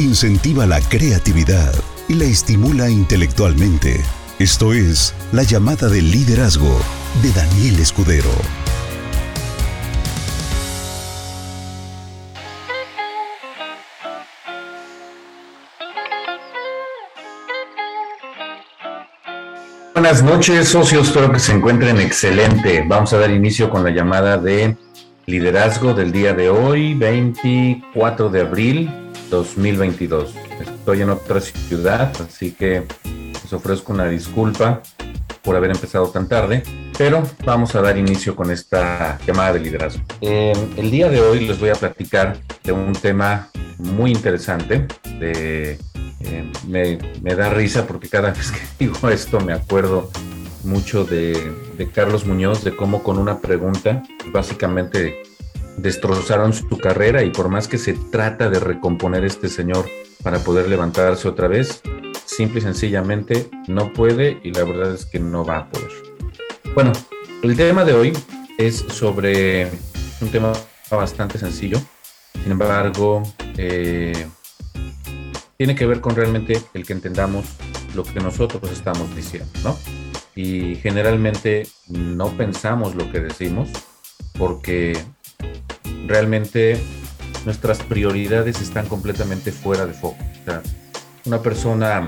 incentiva la creatividad y la estimula intelectualmente. Esto es La Llamada del Liderazgo de Daniel Escudero. Buenas noches, socios, espero que se encuentren excelente. Vamos a dar inicio con la llamada de liderazgo del día de hoy, 24 de abril 2022. Estoy en otra ciudad, así que les ofrezco una disculpa por haber empezado tan tarde, pero vamos a dar inicio con esta llamada de liderazgo. El día de hoy les voy a platicar de un tema muy interesante. Me da risa porque cada vez que digo esto me acuerdo mucho de Carlos Muñoz, de cómo con una pregunta básicamente destrozaron su carrera, y por más que se trata de recomponer este señor para poder levantarse otra vez, simple y sencillamente no puede, y la verdad es que no va a poder. Bueno, el tema de hoy es sobre un tema bastante sencillo, sin embargo, tiene que ver con realmente el que entendamos lo que nosotros estamos diciendo, ¿no? Y generalmente no pensamos lo que decimos porque realmente nuestras prioridades están completamente fuera de foco. O sea, una persona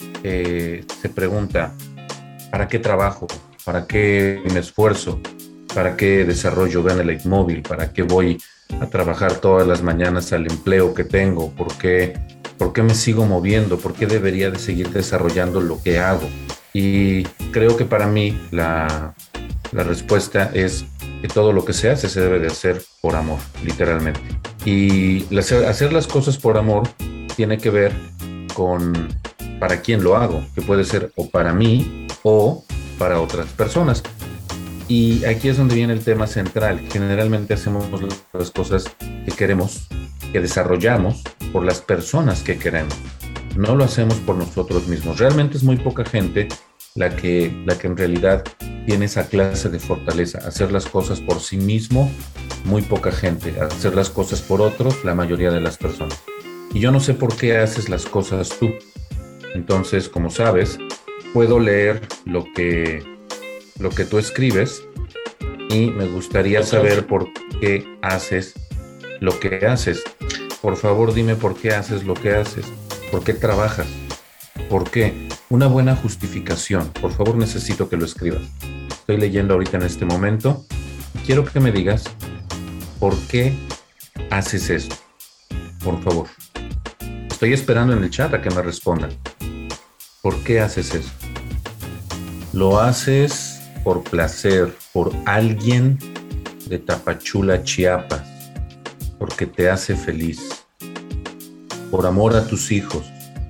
se pregunta, ¿para qué trabajo? ¿Para qué me esfuerzo? ¿Para qué desarrollo Benelete Móvil? ¿Para qué voy a trabajar todas las mañanas al empleo que tengo? ¿Por qué me sigo moviendo? ¿Por qué debería de seguir desarrollando lo que hago? Y creo que para mí la respuesta es que todo lo que se hace se debe de hacer por amor, literalmente. Y hacer las cosas por amor tiene que ver con para quién lo hago, que puede ser o para mí o para otras personas. Y aquí es donde viene el tema central. Generalmente hacemos las cosas que queremos, que desarrollamos por las personas que queremos. No lo hacemos por nosotros mismos. Realmente es muy poca gente la que en realidad tiene esa clase de fortaleza. Hacer las cosas por sí mismo, muy poca gente. Hacer las cosas por otros, la mayoría de las personas. Y yo no sé por qué haces las cosas tú. Entonces, como sabes, puedo leer lo que tú escribes y me gustaría saber por qué haces lo que haces. Por favor, dime por qué haces lo que haces. ¿Por qué trabajas? ¿Por qué? Una buena justificación. Por favor, necesito que lo escribas. Estoy leyendo ahorita en este momento y quiero que me digas por qué haces esto. Por favor. Estoy esperando en el chat a que me respondan. ¿Por qué haces eso? ¿Lo haces por placer, por alguien de Tapachula, Chiapas, porque te hace feliz, por amor a tus hijos,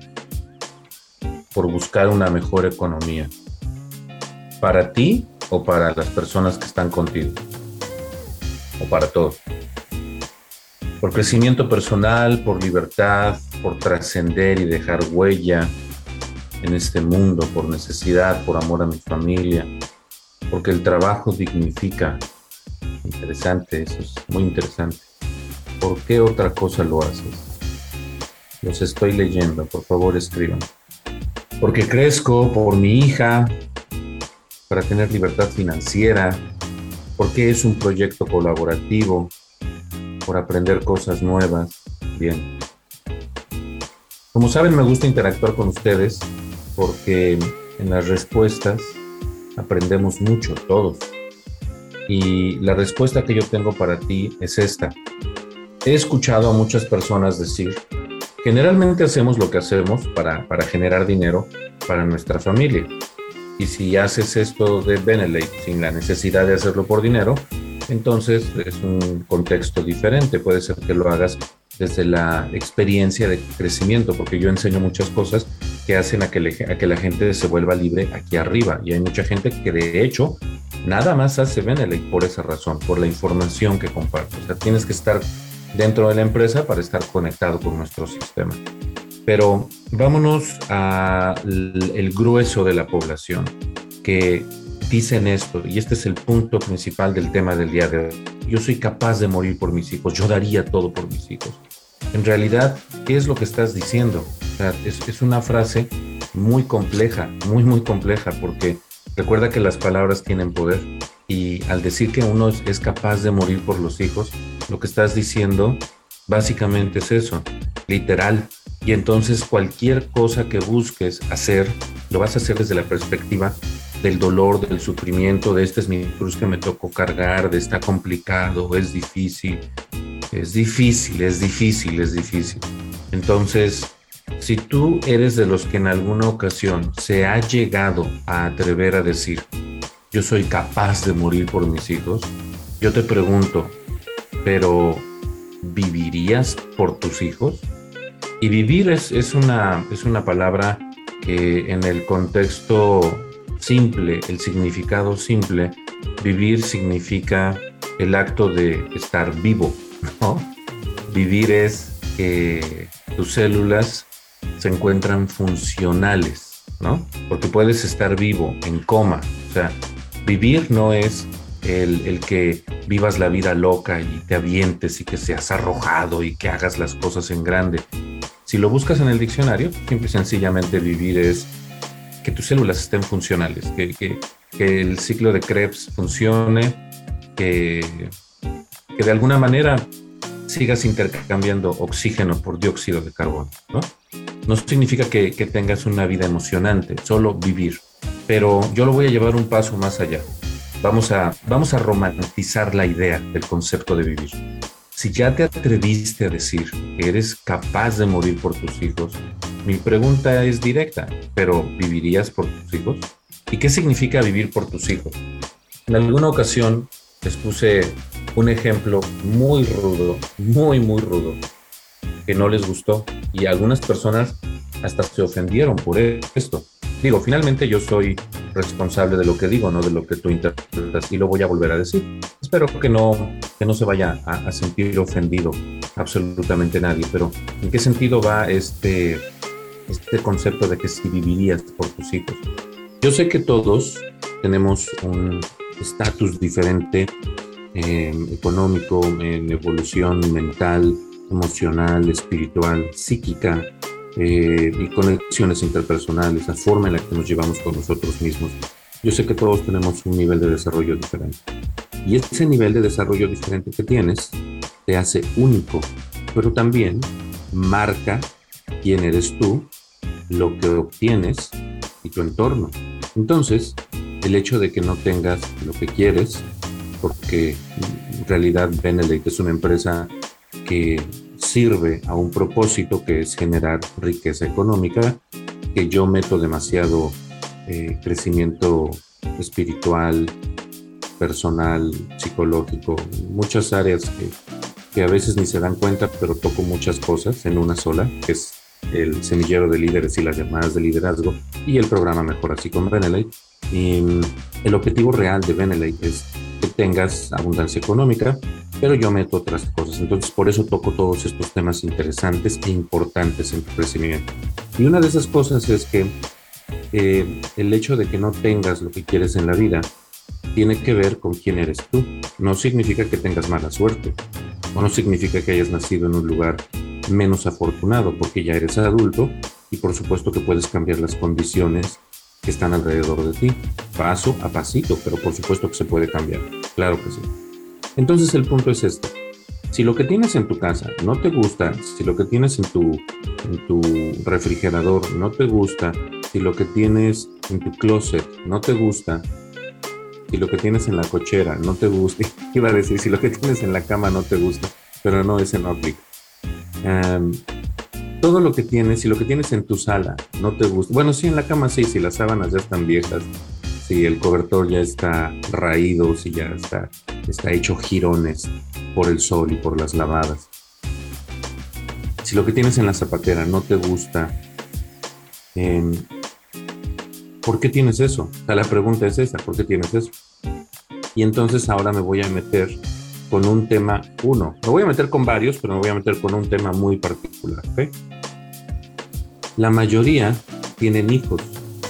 por buscar una mejor economía, para ti o para las personas que están contigo, o para todos? Por crecimiento personal, por libertad, por trascender y dejar huella en este mundo, por necesidad, por amor a mi familia, porque el trabajo dignifica. Interesante, eso es muy interesante. ¿Por qué otra cosa lo haces? Los estoy leyendo, por favor escriban. Porque crezco, por mi hija, para tener libertad financiera, porque es un proyecto colaborativo, por aprender cosas nuevas. Bien. Como saben, me gusta interactuar con ustedes porque en las respuestas aprendemos mucho, todos. Y la respuesta que yo tengo para ti es esta. He escuchado a muchas personas decir, generalmente hacemos lo que hacemos para generar dinero para nuestra familia. Y si haces esto de Benelete sin la necesidad de hacerlo por dinero, entonces es un contexto diferente. Puede ser que lo hagas desde la experiencia de crecimiento, porque yo enseño muchas cosas que hacen a que la gente se vuelva libre aquí arriba. Y hay mucha gente que de hecho nada más hace Benelete por esa razón, por la información que comparto. O sea, tienes que estar dentro de la empresa para estar conectado con nuestro sistema. Pero vámonos al grueso de la población que dicen esto, y este es el punto principal del tema del día de hoy. Yo soy capaz de morir por mis hijos, yo daría todo por mis hijos. en realidad, ¿qué es lo que estás diciendo? O sea, es una frase muy compleja, muy, muy compleja, porque recuerda que las palabras tienen poder y al decir que uno es capaz de morir por los hijos, lo que estás diciendo básicamente es eso, literal. Y entonces cualquier cosa que busques hacer, lo vas a hacer desde la perspectiva del dolor, del sufrimiento, de este es mi cruz que me tocó cargar, de está complicado, es difícil, es difícil, es difícil, es difícil. Entonces, si tú eres de los que en alguna ocasión se ha llegado a atrever a decir, yo soy capaz de morir por mis hijos, yo te pregunto, pero ¿vivirías por tus hijos? Y vivir es una palabra que en el contexto simple, el significado simple, vivir significa el acto de estar vivo, ¿no? Vivir es que tus células se encuentran funcionales, ¿no? Porque puedes estar vivo en coma. O sea, vivir no es el que vivas la vida loca y te avientes y que seas arrojado y que hagas las cosas en grande. Si lo buscas en el diccionario, simple y sencillamente vivir es que tus células estén funcionales, que el ciclo de Krebs funcione, que de alguna manera sigas intercambiando oxígeno por dióxido de carbono, ¿no? No significa que tengas una vida emocionante, solo vivir. Pero yo lo voy a llevar un paso más allá. Vamos a romantizar la idea del concepto de vivir. Si ya te atreviste a decir que eres capaz de morir por tus hijos, mi pregunta es directa, ¿pero vivirías por tus hijos? ¿Y qué significa vivir por tus hijos? En alguna ocasión les puse un ejemplo muy rudo, muy, muy rudo, que no les gustó y algunas personas hasta se ofendieron por esto. Digo, finalmente yo soy responsable de lo que digo, no de lo que tú interpretas, y lo voy a volver a decir. Espero que no se vaya a sentir ofendido absolutamente nadie, pero ¿en qué sentido va este concepto de que si vivirías por tus hijos? Yo sé que todos tenemos un estatus diferente, económico, en evolución mental, emocional, espiritual, psíquica, y conexiones interpersonales, la forma en la que nos llevamos con nosotros mismos. Yo sé que todos tenemos un nivel de desarrollo diferente. Y ese nivel de desarrollo diferente que tienes te hace único, pero también marca quién eres tú, lo que obtienes y tu entorno. Entonces, el hecho de que no tengas lo que quieres, porque en realidad Benelete es una empresa que sirve a un propósito que es generar riqueza económica, que yo meto demasiado crecimiento espiritual, personal, psicológico, muchas áreas que a veces ni se dan cuenta, pero toco muchas cosas en una sola, que es el semillero de líderes y las llamadas de liderazgo y el programa Mejor Así con Benelete. Y el objetivo real de Benelete es que tengas abundancia económica, pero yo meto otras cosas. Entonces, por eso toco todos estos temas interesantes e importantes en tu crecimiento. Y una de esas cosas es que el hecho de que no tengas lo que quieres en la vida tiene que ver con quién eres tú. No significa que tengas mala suerte, o no significa que hayas nacido en un lugar menos afortunado, porque ya eres adulto y por supuesto que puedes cambiar las condiciones que están alrededor de ti, paso a pasito, pero por supuesto que se puede cambiar, claro que sí. Entonces el punto es este: si lo que tienes en tu casa no te gusta, si lo que tienes en tu refrigerador no te gusta, si lo que tienes en tu closet no te gusta, si lo que tienes en la cochera no te gusta, iba a decir si lo que tienes en la cama no te gusta, pero no, ese no aplica. Todo lo que tienes, si lo que tienes en tu sala no te gusta, bueno, sí, en la cama sí, si las sábanas ya están viejas, si el cobertor ya está raído, si ya está hecho jirones por el sol y por las lavadas. Si lo que tienes en la zapatera no te gusta, ¿por qué tienes eso? O sea, la pregunta es esa, ¿por qué tienes eso? Y entonces ahora me voy a meter con un tema, me voy a meter con varios, pero me voy a meter con un tema muy particular, ¿ok? La mayoría tienen hijos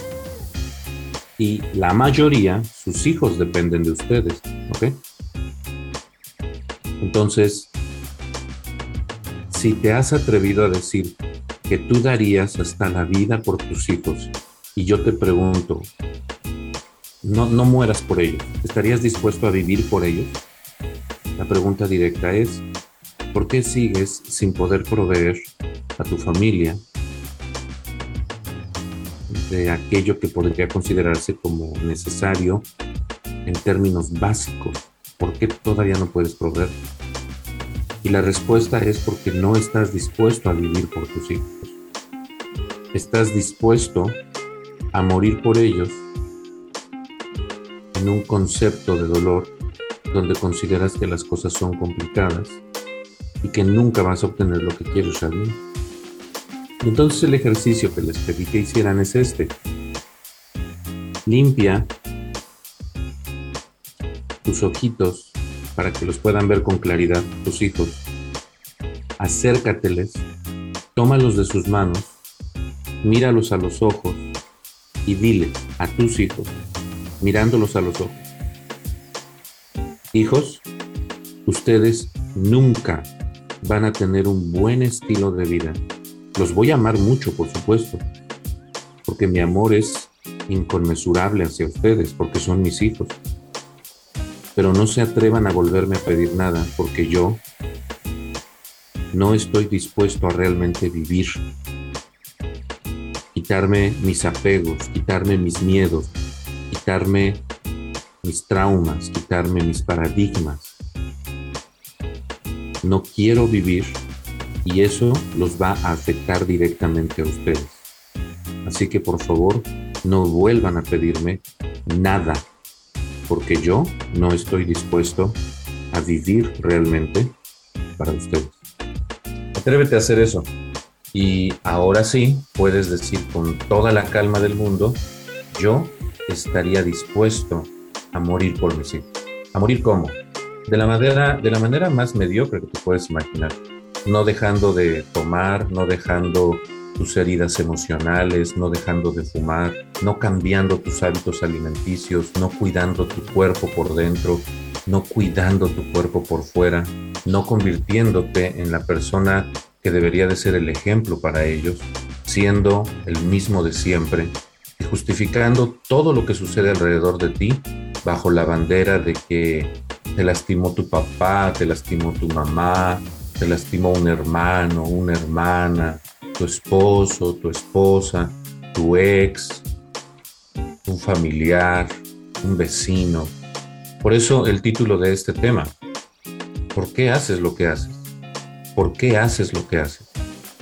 y la mayoría, sus hijos dependen de ustedes, ¿ok? Entonces, si te has atrevido a decir que tú darías hasta la vida por tus hijos, y yo te pregunto, no mueras por ellos, ¿estarías dispuesto a vivir por ellos? La pregunta directa es, ¿por qué sigues sin poder proveer a tu familia de aquello que podría considerarse como necesario en términos básicos? ¿Por qué todavía no puedes proveer? Y la respuesta es porque no estás dispuesto a vivir por tus hijos. Estás dispuesto a morir por ellos en un concepto de dolor donde consideras que las cosas son complicadas y que nunca vas a obtener lo que quieres realmente. Y entonces el ejercicio que les pedí que hicieran es este. Limpia tus ojitos para que los puedan ver con claridad tus hijos. Acércateles, tómalos de sus manos, míralos a los ojos y dile a tus hijos, mirándolos a los ojos: hijos, ustedes nunca van a tener un buen estilo de vida. Los voy a amar mucho, por supuesto, porque mi amor es inconmensurable hacia ustedes, porque son mis hijos. Pero no se atrevan a volverme a pedir nada, porque yo no estoy dispuesto a realmente vivir. Quitarme mis apegos, quitarme mis miedos, quitarme mis traumas, quitarme mis paradigmas. No quiero vivir y eso los va a afectar directamente a ustedes. Así que por favor, no vuelvan a pedirme nada, porque yo no estoy dispuesto a vivir realmente para ustedes. Atrévete a hacer eso. Y ahora sí, puedes decir con toda la calma del mundo: yo estaría dispuesto a morir por mis hijos. ¿A morir cómo? De la manera más mediocre que te puedes imaginar. No dejando de tomar, no dejando tus heridas emocionales, no dejando de fumar, no cambiando tus hábitos alimenticios, no cuidando tu cuerpo por dentro, no cuidando tu cuerpo por fuera, no convirtiéndote en la persona que debería de ser el ejemplo para ellos, siendo el mismo de siempre y justificando todo lo que sucede alrededor de ti bajo la bandera de que te lastimó tu papá, te lastimó tu mamá, te lastimó un hermano, una hermana, tu esposo, tu esposa, tu ex, un familiar, un vecino. Por eso el título de este tema: ¿por qué haces lo que haces? ¿Por qué haces lo que haces?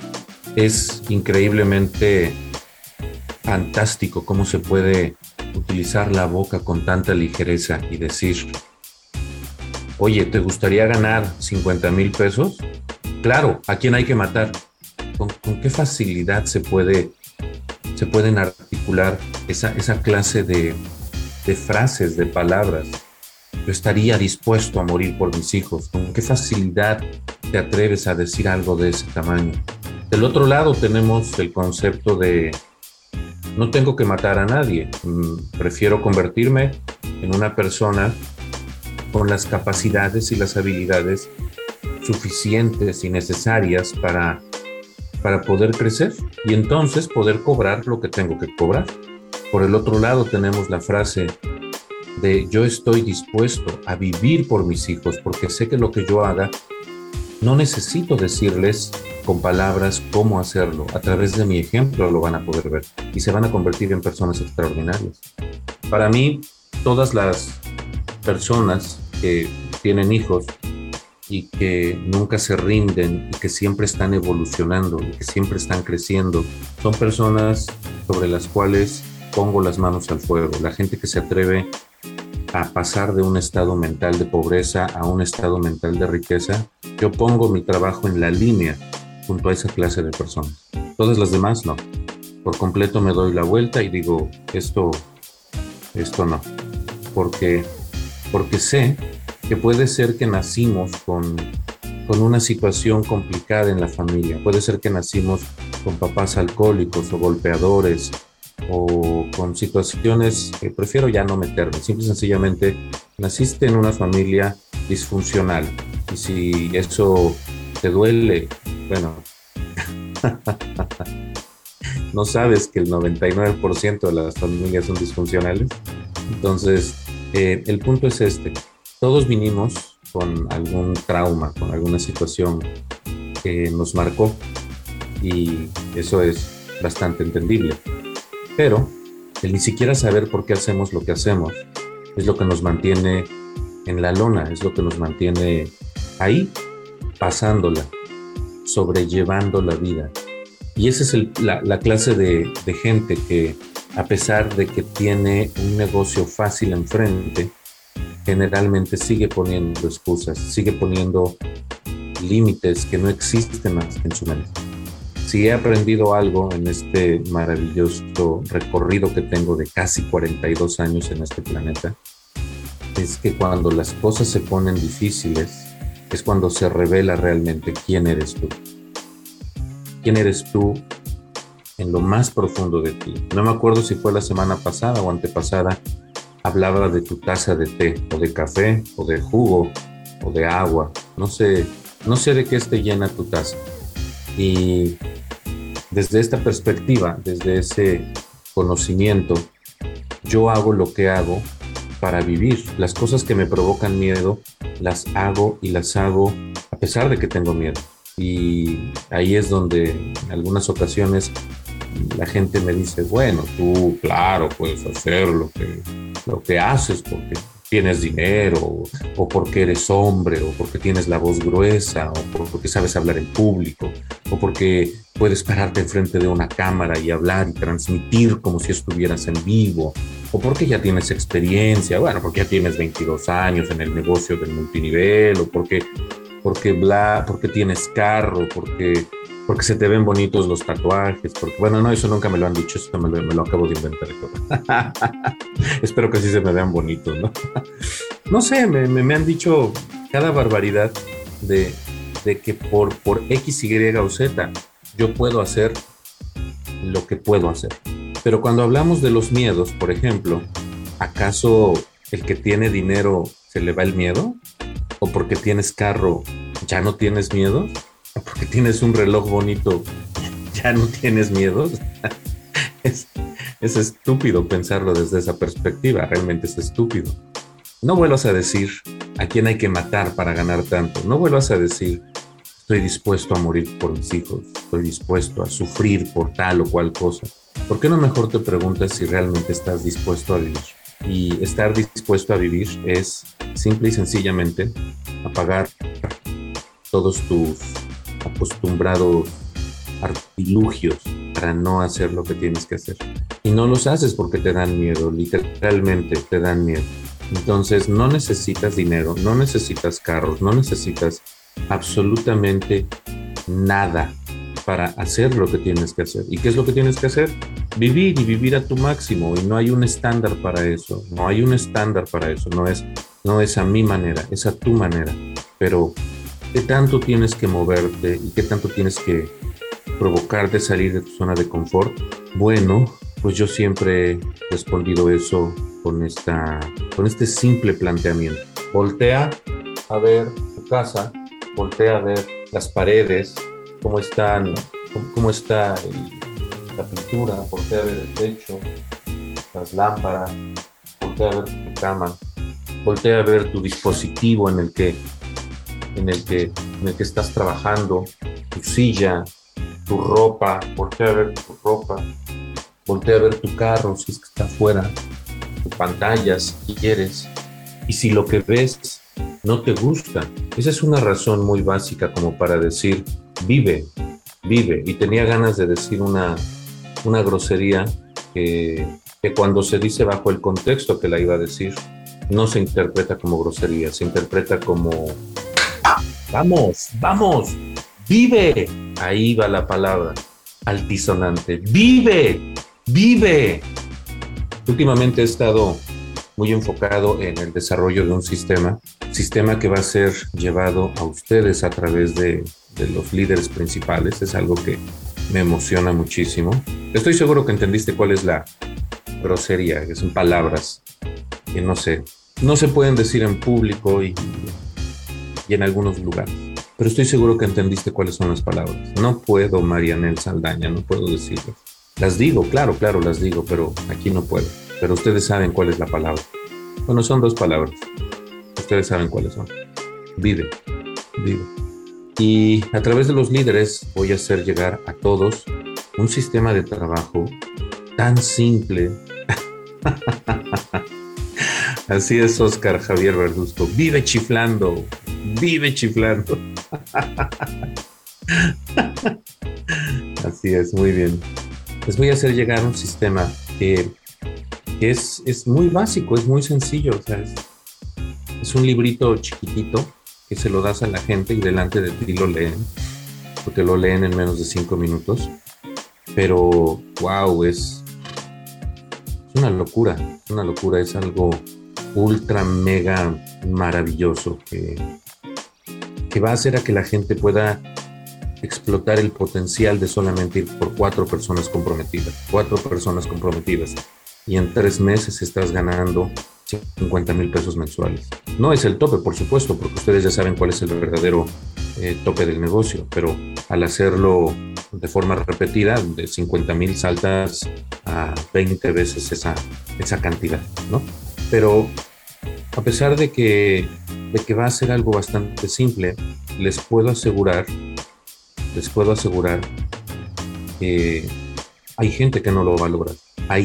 Es increíblemente fantástico cómo se puede utilizar la boca con tanta ligereza y decir: oye, ¿te gustaría ganar 50,000 pesos? Claro, ¿a quién hay que matar? ¿Con qué facilidad se pueden articular esa clase de frases, de palabras? Yo estaría dispuesto a morir por mis hijos. ¿Con qué facilidad te atreves a decir algo de ese tamaño? Del otro lado tenemos el concepto de: no tengo que matar a nadie. Prefiero convertirme en una persona con las capacidades y las habilidades suficientes y necesarias para poder crecer y entonces poder cobrar lo que tengo que cobrar. Por el otro lado tenemos la frase de: yo estoy dispuesto a vivir por mis hijos porque sé que lo que yo haga no necesito decirles con palabras cómo hacerlo. A través de mi ejemplo lo van a poder ver y se van a convertir en personas extraordinarias. Para mí, todas las personas que tienen hijos y que nunca se rinden y que siempre están evolucionando y que siempre están creciendo, son personas sobre las cuales pongo las manos al fuego. La gente que se atreve a pasar de un estado mental de pobreza a un estado mental de riqueza, yo pongo mi trabajo en la línea junto a esa clase de personas. Todas las demás no. Por completo me doy la vuelta y digo: esto no. Porque sé que puede ser que nacimos con una situación complicada en la familia. Puede ser que nacimos con papás alcohólicos o golpeadores o con situaciones que prefiero ya no meterme. Simple y sencillamente naciste en una familia disfuncional. Y si eso te duele Bueno, no sabes que el 99% de las familias son disfuncionales. Entonces, el punto es este. Todos vinimos con algún trauma, con alguna situación que nos marcó y eso es bastante entendible. Pero el ni siquiera saber por qué hacemos lo que hacemos es lo que nos mantiene en la lona, es lo que nos mantiene ahí, pasándola, sobrellevando la vida. Y esa es la clase de gente que, a pesar de que tiene un negocio fácil enfrente, generalmente sigue poniendo excusas, sigue poniendo límites que no existen más en su mente. Si he aprendido algo en este maravilloso recorrido que tengo de casi 42 años en este planeta, es que cuando las cosas se ponen difíciles, es cuando se revela realmente quién eres tú. ¿Quién eres tú en lo más profundo de ti? No me acuerdo si fue la semana pasada o antepasada, hablaba de tu taza de té, o de café, o de jugo, o de agua. No sé de qué esté llena tu taza. Y desde esta perspectiva, desde ese conocimiento, yo hago lo que hago para vivir. Las cosas que me provocan miedo, las hago y las hago a pesar de que tengo miedo. Y ahí es donde en algunas ocasiones la gente me dice, bueno, tú, claro, puedes hacer lo que haces porque tienes dinero, o porque eres hombre, o porque tienes la voz gruesa, o porque sabes hablar en público, o porque puedes pararte enfrente de una cámara y hablar y transmitir como si estuvieras en vivo, o porque ya tienes experiencia, bueno, porque ya tienes 22 años en el negocio del multinivel, o porque tienes carro, porque se te ven bonitos los tatuajes, porque, bueno, no, eso nunca me lo han dicho, eso me lo acabo de inventar. Espero que sí se me vean bonitos, ¿no? No sé, me han dicho cada barbaridad de que por X, Y o Z yo puedo hacer lo que puedo hacer. Pero cuando hablamos de los miedos, por ejemplo, ¿acaso el que tiene dinero se le va el miedo? ¿O porque tienes carro ya no tienes miedo? ¿O porque tienes un reloj bonito ya no tienes miedo? Es estúpido pensarlo desde esa perspectiva, realmente es estúpido. No vuelvas a decir a quién hay que matar para ganar tanto. No vuelvas a decir estoy dispuesto a morir por mis hijos, estoy dispuesto a sufrir por tal o cual cosa. ¿Por qué no mejor te preguntas si realmente estás dispuesto a vivir? Y estar dispuesto a vivir es simple y sencillamente apagar todos tus acostumbrados artilugios para no hacer lo que tienes que hacer. Y no los haces porque te dan miedo, literalmente te dan miedo. Entonces no necesitas dinero, no necesitas carros, no necesitas absolutamente nada para hacer lo que tienes que hacer. ¿Y qué es lo que tienes que hacer? Vivir y vivir a tu máximo. Y no hay un estándar para eso. No hay un estándar para eso. No es a mi manera, es a tu manera. Pero ¿qué tanto tienes que moverte y qué tanto tienes que provocarte salir de tu zona de confort? Bueno, pues yo siempre he respondido eso con este simple planteamiento. Voltea a ver tu casa, voltea a ver las paredes, cómo está la pintura, voltea a ver el techo, las lámparas, voltea a ver tu cama, voltea a ver tu dispositivo en el que estás trabajando, tu silla, tu ropa, voltea a ver tu ropa, voltea a ver tu carro si es que está afuera, tu pantalla si quieres, y si lo que ves no te gusta, esa es una razón muy básica como para decir vive, y tenía ganas de decir una grosería que cuando se dice bajo el contexto que la iba a decir, no se interpreta como grosería, se interpreta como vamos, vive, ahí va la palabra altisonante, vive. Últimamente he estado muy enfocado en el desarrollo de un sistema que va a ser llevado a ustedes a través de los líderes principales. Es algo que me emociona muchísimo. Estoy seguro que entendiste cuál es la grosería, que son palabras que no se pueden decir en público y en algunos lugares. pero estoy seguro que entendiste cuáles son las palabras. No puedo, Marianel Saldaña, no puedo decirlo. Las digo, claro, las digo, pero aquí no puedo. Pero ustedes saben cuál es la palabra. Bueno, son 2 palabras. Ustedes saben cuáles son. Vive, vive. Y a través de los líderes voy a hacer llegar a todos un sistema de trabajo tan simple. Así es, Oscar Javier Verduzco. Vive chiflando, vive chiflando. Así es, muy bien. Les voy a hacer llegar un sistema que es muy básico, es muy sencillo. O sea, es un librito chiquitito que se lo das a la gente y delante de ti lo leen, porque lo leen en menos de 5 minutos. Pero, wow, es una locura, es algo ultra, mega maravilloso que va a hacer a que la gente pueda explotar el potencial de solamente ir por 4 personas comprometidas. Y en 3 meses estás ganando 50,000 pesos mensuales. No es el tope, por supuesto, porque ustedes ya saben cuál es el verdadero tope del negocio, pero al hacerlo de forma repetida, de 50,000 saltas a 20 veces esa cantidad, ¿no? Pero a pesar de que va a ser algo bastante simple, les puedo asegurar que hay gente que no lo va a lograr.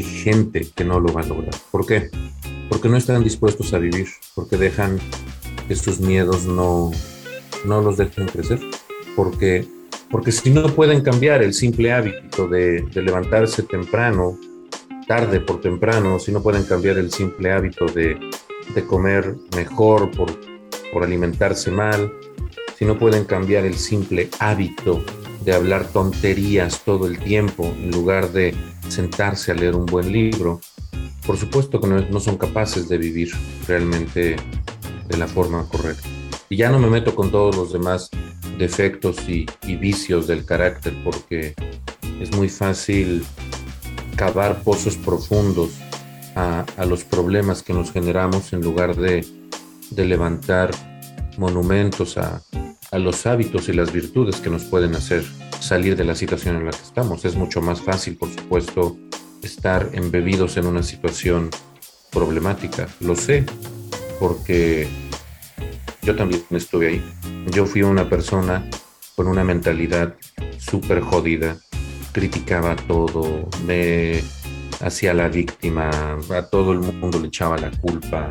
¿Por qué? Porque no están dispuestos a vivir, porque dejan que sus miedos no los dejen crecer, porque si no pueden cambiar el simple hábito de levantarse temprano, tarde por temprano, si no pueden cambiar el simple hábito de comer mejor por alimentarse mal, si no pueden cambiar el simple hábito de hablar tonterías todo el tiempo en lugar de sentarse a leer un buen libro, por supuesto que no son capaces de vivir realmente de la forma correcta. Y ya no me meto con todos los demás defectos y vicios del carácter, porque es muy fácil cavar pozos profundos a los problemas que nos generamos en lugar de levantar monumentos a los hábitos y las virtudes que nos pueden hacer salir de la situación en la que estamos. Es mucho más fácil, por supuesto, estar embebidos en una situación problemática. Lo sé, porque yo también estuve ahí. Yo fui una persona con una mentalidad súper jodida, criticaba todo, me hacía la víctima, a todo el mundo le echaba la culpa.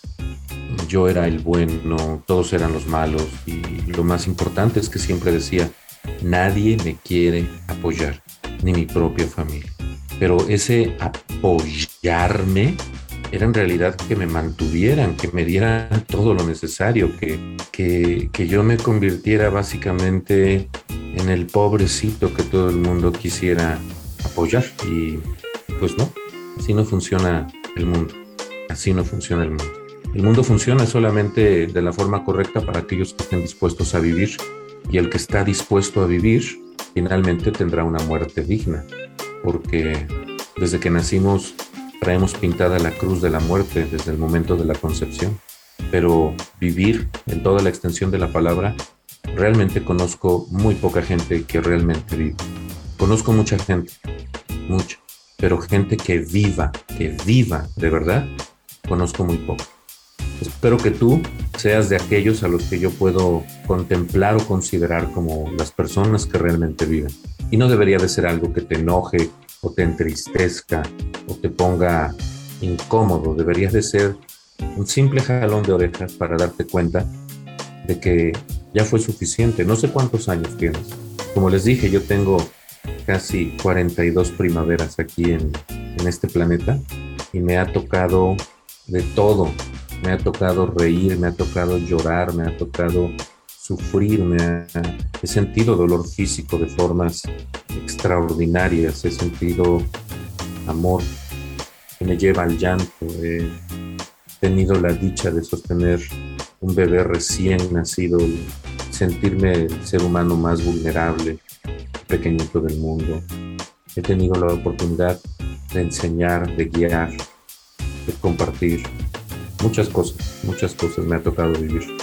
Yo era el bueno, todos eran los malos, y lo más importante es que siempre decía, nadie me quiere apoyar, ni mi propia familia. Pero ese apoyarme era en realidad que me mantuvieran, que me dieran todo lo necesario, que yo me convirtiera básicamente en el pobrecito que todo el mundo quisiera apoyar. Y pues no, así no funciona el mundo, así no funciona el mundo. El mundo funciona solamente de la forma correcta para aquellos que estén dispuestos a vivir, y el que está dispuesto a vivir finalmente tendrá una muerte digna, porque desde que nacimos traemos pintada la cruz de la muerte desde el momento de la concepción. Pero vivir en toda la extensión de la palabra, realmente conozco muy poca gente que realmente vive. Conozco mucha gente, mucha, pero gente que viva de verdad, conozco muy poco. Espero que tú seas de aquellos a los que yo puedo contemplar o considerar como las personas que realmente viven. Y no debería de ser algo que te enoje o te entristezca o te ponga incómodo. Deberías de ser un simple jalón de orejas para darte cuenta de que ya fue suficiente. No sé cuántos años tienes. Como les dije, yo tengo casi 42 primaveras aquí en este planeta, y me ha tocado de todo. Me ha tocado reír, me ha tocado llorar, me ha tocado sufrir, he sentido dolor físico de formas extraordinarias, he sentido amor que me lleva al llanto, he tenido la dicha de sostener un bebé recién nacido y sentirme el ser humano más vulnerable, pequeñito del mundo. He tenido la oportunidad de enseñar, de guiar, de compartir. Muchas cosas me ha tocado vivir.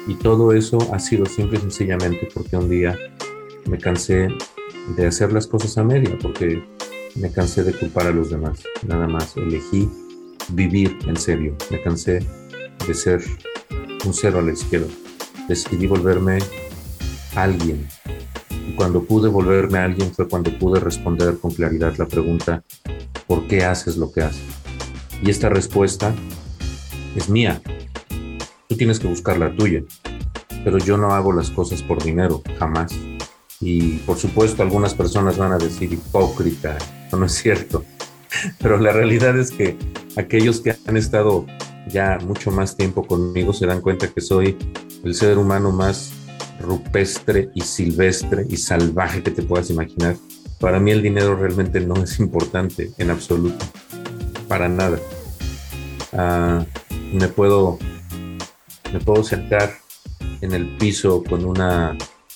Y todo eso ha sido simple y sencillamente porque un día me cansé de hacer las cosas a media, porque me cansé de culpar a los demás. Nada más elegí vivir en serio. Me cansé de ser un cero a la izquierda. Decidí volverme alguien. Y cuando pude volverme alguien fue cuando pude responder con claridad la pregunta: ¿por qué haces lo que haces? Y esta respuesta es mía. Tú tienes que buscar la tuya. Pero yo no hago las cosas por dinero, jamás. Y por supuesto algunas personas van a decir hipócrita, no es cierto. Pero la realidad es que aquellos que han estado ya mucho más tiempo conmigo se dan cuenta que soy el ser humano más rupestre y silvestre y salvaje que te puedas imaginar. Para mí el dinero realmente no es importante en absoluto, para nada. Me puedo sentar en el piso con una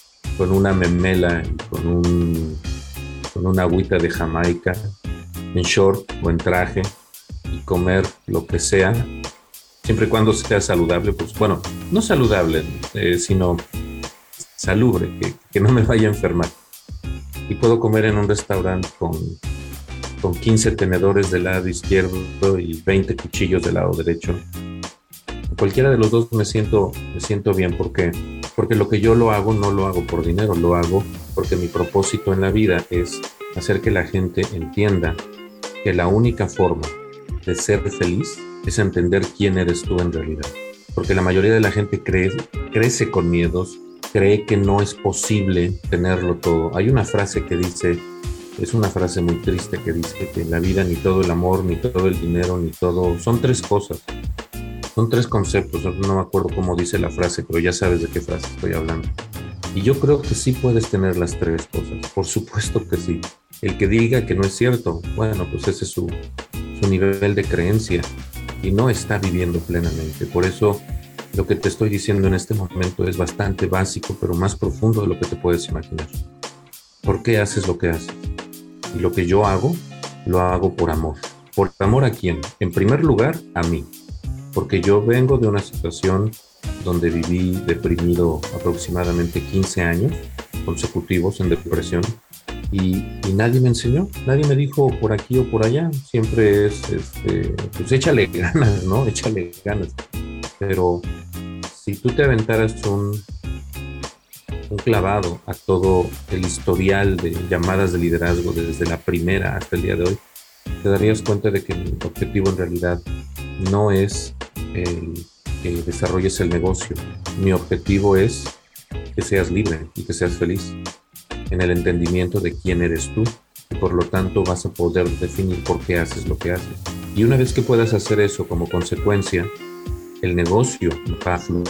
memela y con una agüita de Jamaica, en short o en traje, y comer lo que sea, siempre y cuando sea saludable, pues bueno, no saludable, sino salubre, que no me vaya a enfermar. Y puedo comer en un restaurante con 15 tenedores del lado izquierdo y 20 cuchillos del lado derecho. Cualquiera de los dos me siento bien, porque lo que yo lo hago no lo hago por dinero, lo hago porque mi propósito en la vida es hacer que la gente entienda que la única forma de ser feliz es entender quién eres tú en realidad. Porque la mayoría de la gente crece con miedos, cree que no es posible tenerlo todo. Hay una frase que dice, es una frase muy triste, que dice que en la vida ni todo el amor, ni todo el dinero, ni todo, son tres cosas. Son tres conceptos, no me acuerdo cómo dice la frase, pero ya sabes de qué frase estoy hablando. Y yo creo que sí puedes tener las tres cosas, por supuesto que sí. El que diga que no es cierto, bueno, pues ese es su nivel de creencia y no está viviendo plenamente. Por eso lo que te estoy diciendo en este momento es bastante básico, pero más profundo de lo que te puedes imaginar. ¿Por qué haces lo que haces? Y lo que yo hago, lo hago por amor. ¿Por amor a quién? En primer lugar, a mí. Porque yo vengo de una situación donde viví deprimido aproximadamente 15 años consecutivos en depresión y nadie me enseñó, nadie me dijo por aquí o por allá, siempre es, pues échale ganas, ¿no? Échale ganas. Pero si tú te aventaras un clavado a todo el historial de llamadas de liderazgo desde la primera hasta el día de hoy, te darías cuenta de que mi objetivo en realidad no es que desarrolles el negocio. Mi objetivo es que seas libre y que seas feliz en el entendimiento de quién eres tú, y por lo tanto vas a poder definir por qué haces lo que haces. Y una vez que puedas hacer eso, como consecuencia, el negocio va a fluir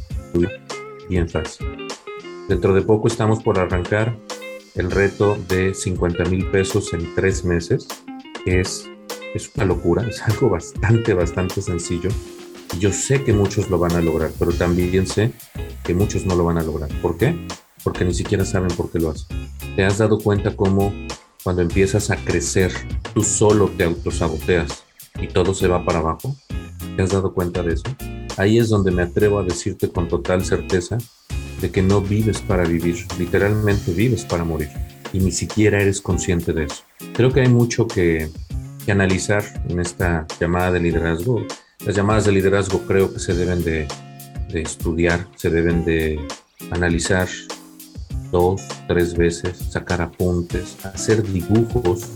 bien fácil. Dentro de poco estamos por arrancar el reto de 50,000 pesos en 3 meses, que es una locura, es algo bastante sencillo. Yo sé que muchos lo van a lograr, pero también sé que muchos no lo van a lograr. ¿Por qué? Porque ni siquiera saben por qué lo hacen. ¿Te has dado cuenta cómo cuando empiezas a crecer, tú solo te autosaboteas y todo se va para abajo? ¿Te has dado cuenta de eso? Ahí es donde me atrevo a decirte con total certeza de que no vives para vivir, literalmente vives para morir, y ni siquiera eres consciente de eso. Creo que hay mucho que analizar en esta llamada de liderazgo. Las llamadas de liderazgo creo que se deben de estudiar, se deben de analizar 2, 3 veces, sacar apuntes, hacer dibujos,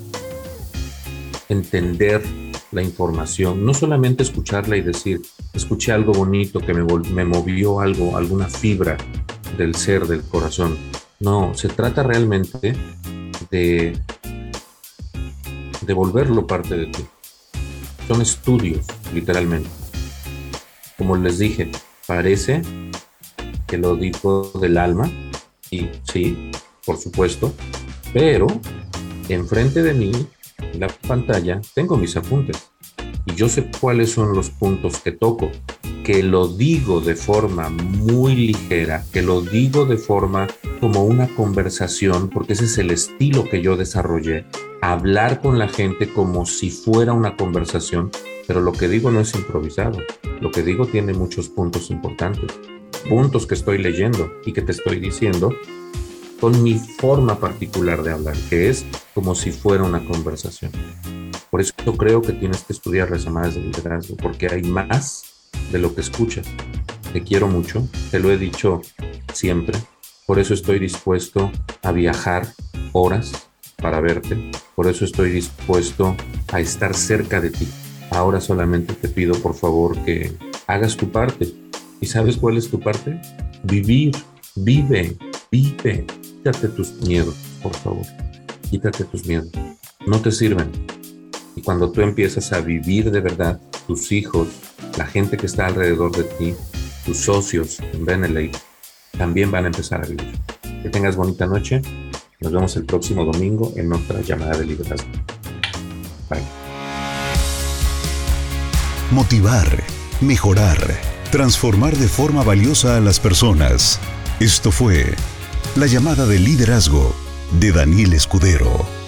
entender la información, no solamente escucharla y decir, escuché algo bonito que me movió algo, alguna fibra del ser, del corazón. No, se trata realmente de volverlo parte de ti. Son estudios, literalmente. Como les dije, parece que lo digo del alma, y sí, por supuesto, pero enfrente de mí, en la pantalla, tengo mis apuntes. Y yo sé cuáles son los puntos que toco, que lo digo de forma muy ligera, que lo digo de forma como una conversación, porque ese es el estilo que yo desarrollé, hablar con la gente como si fuera una conversación, pero lo que digo no es improvisado, lo que digo tiene muchos puntos importantes. puntos que estoy leyendo y que te estoy diciendo con mi forma particular de hablar, que es como si fuera una conversación. Por eso yo creo que tienes que estudiar las llamadas de liderazgo, porque hay más de lo que escuchas. Te quiero mucho, te lo he dicho siempre, por eso estoy dispuesto a viajar horas para verte, por eso estoy dispuesto a estar cerca de ti. Ahora solamente te pido, por favor, que hagas tu parte. ¿Y sabes cuál es tu parte? Vivir, vive. Quítate tus miedos, por favor. Quítate tus miedos. No te sirven. Y cuando tú empiezas a vivir de verdad, tus hijos, la gente que está alrededor de ti, tus socios en Benelete, también van a empezar a vivir. Que tengas bonita noche. Nos vemos el próximo domingo en otra llamada de liderazgo. Bye. Motivar, mejorar, transformar de forma valiosa a las personas. Esto fue La Llamada de Liderazgo de Daniel Escudero.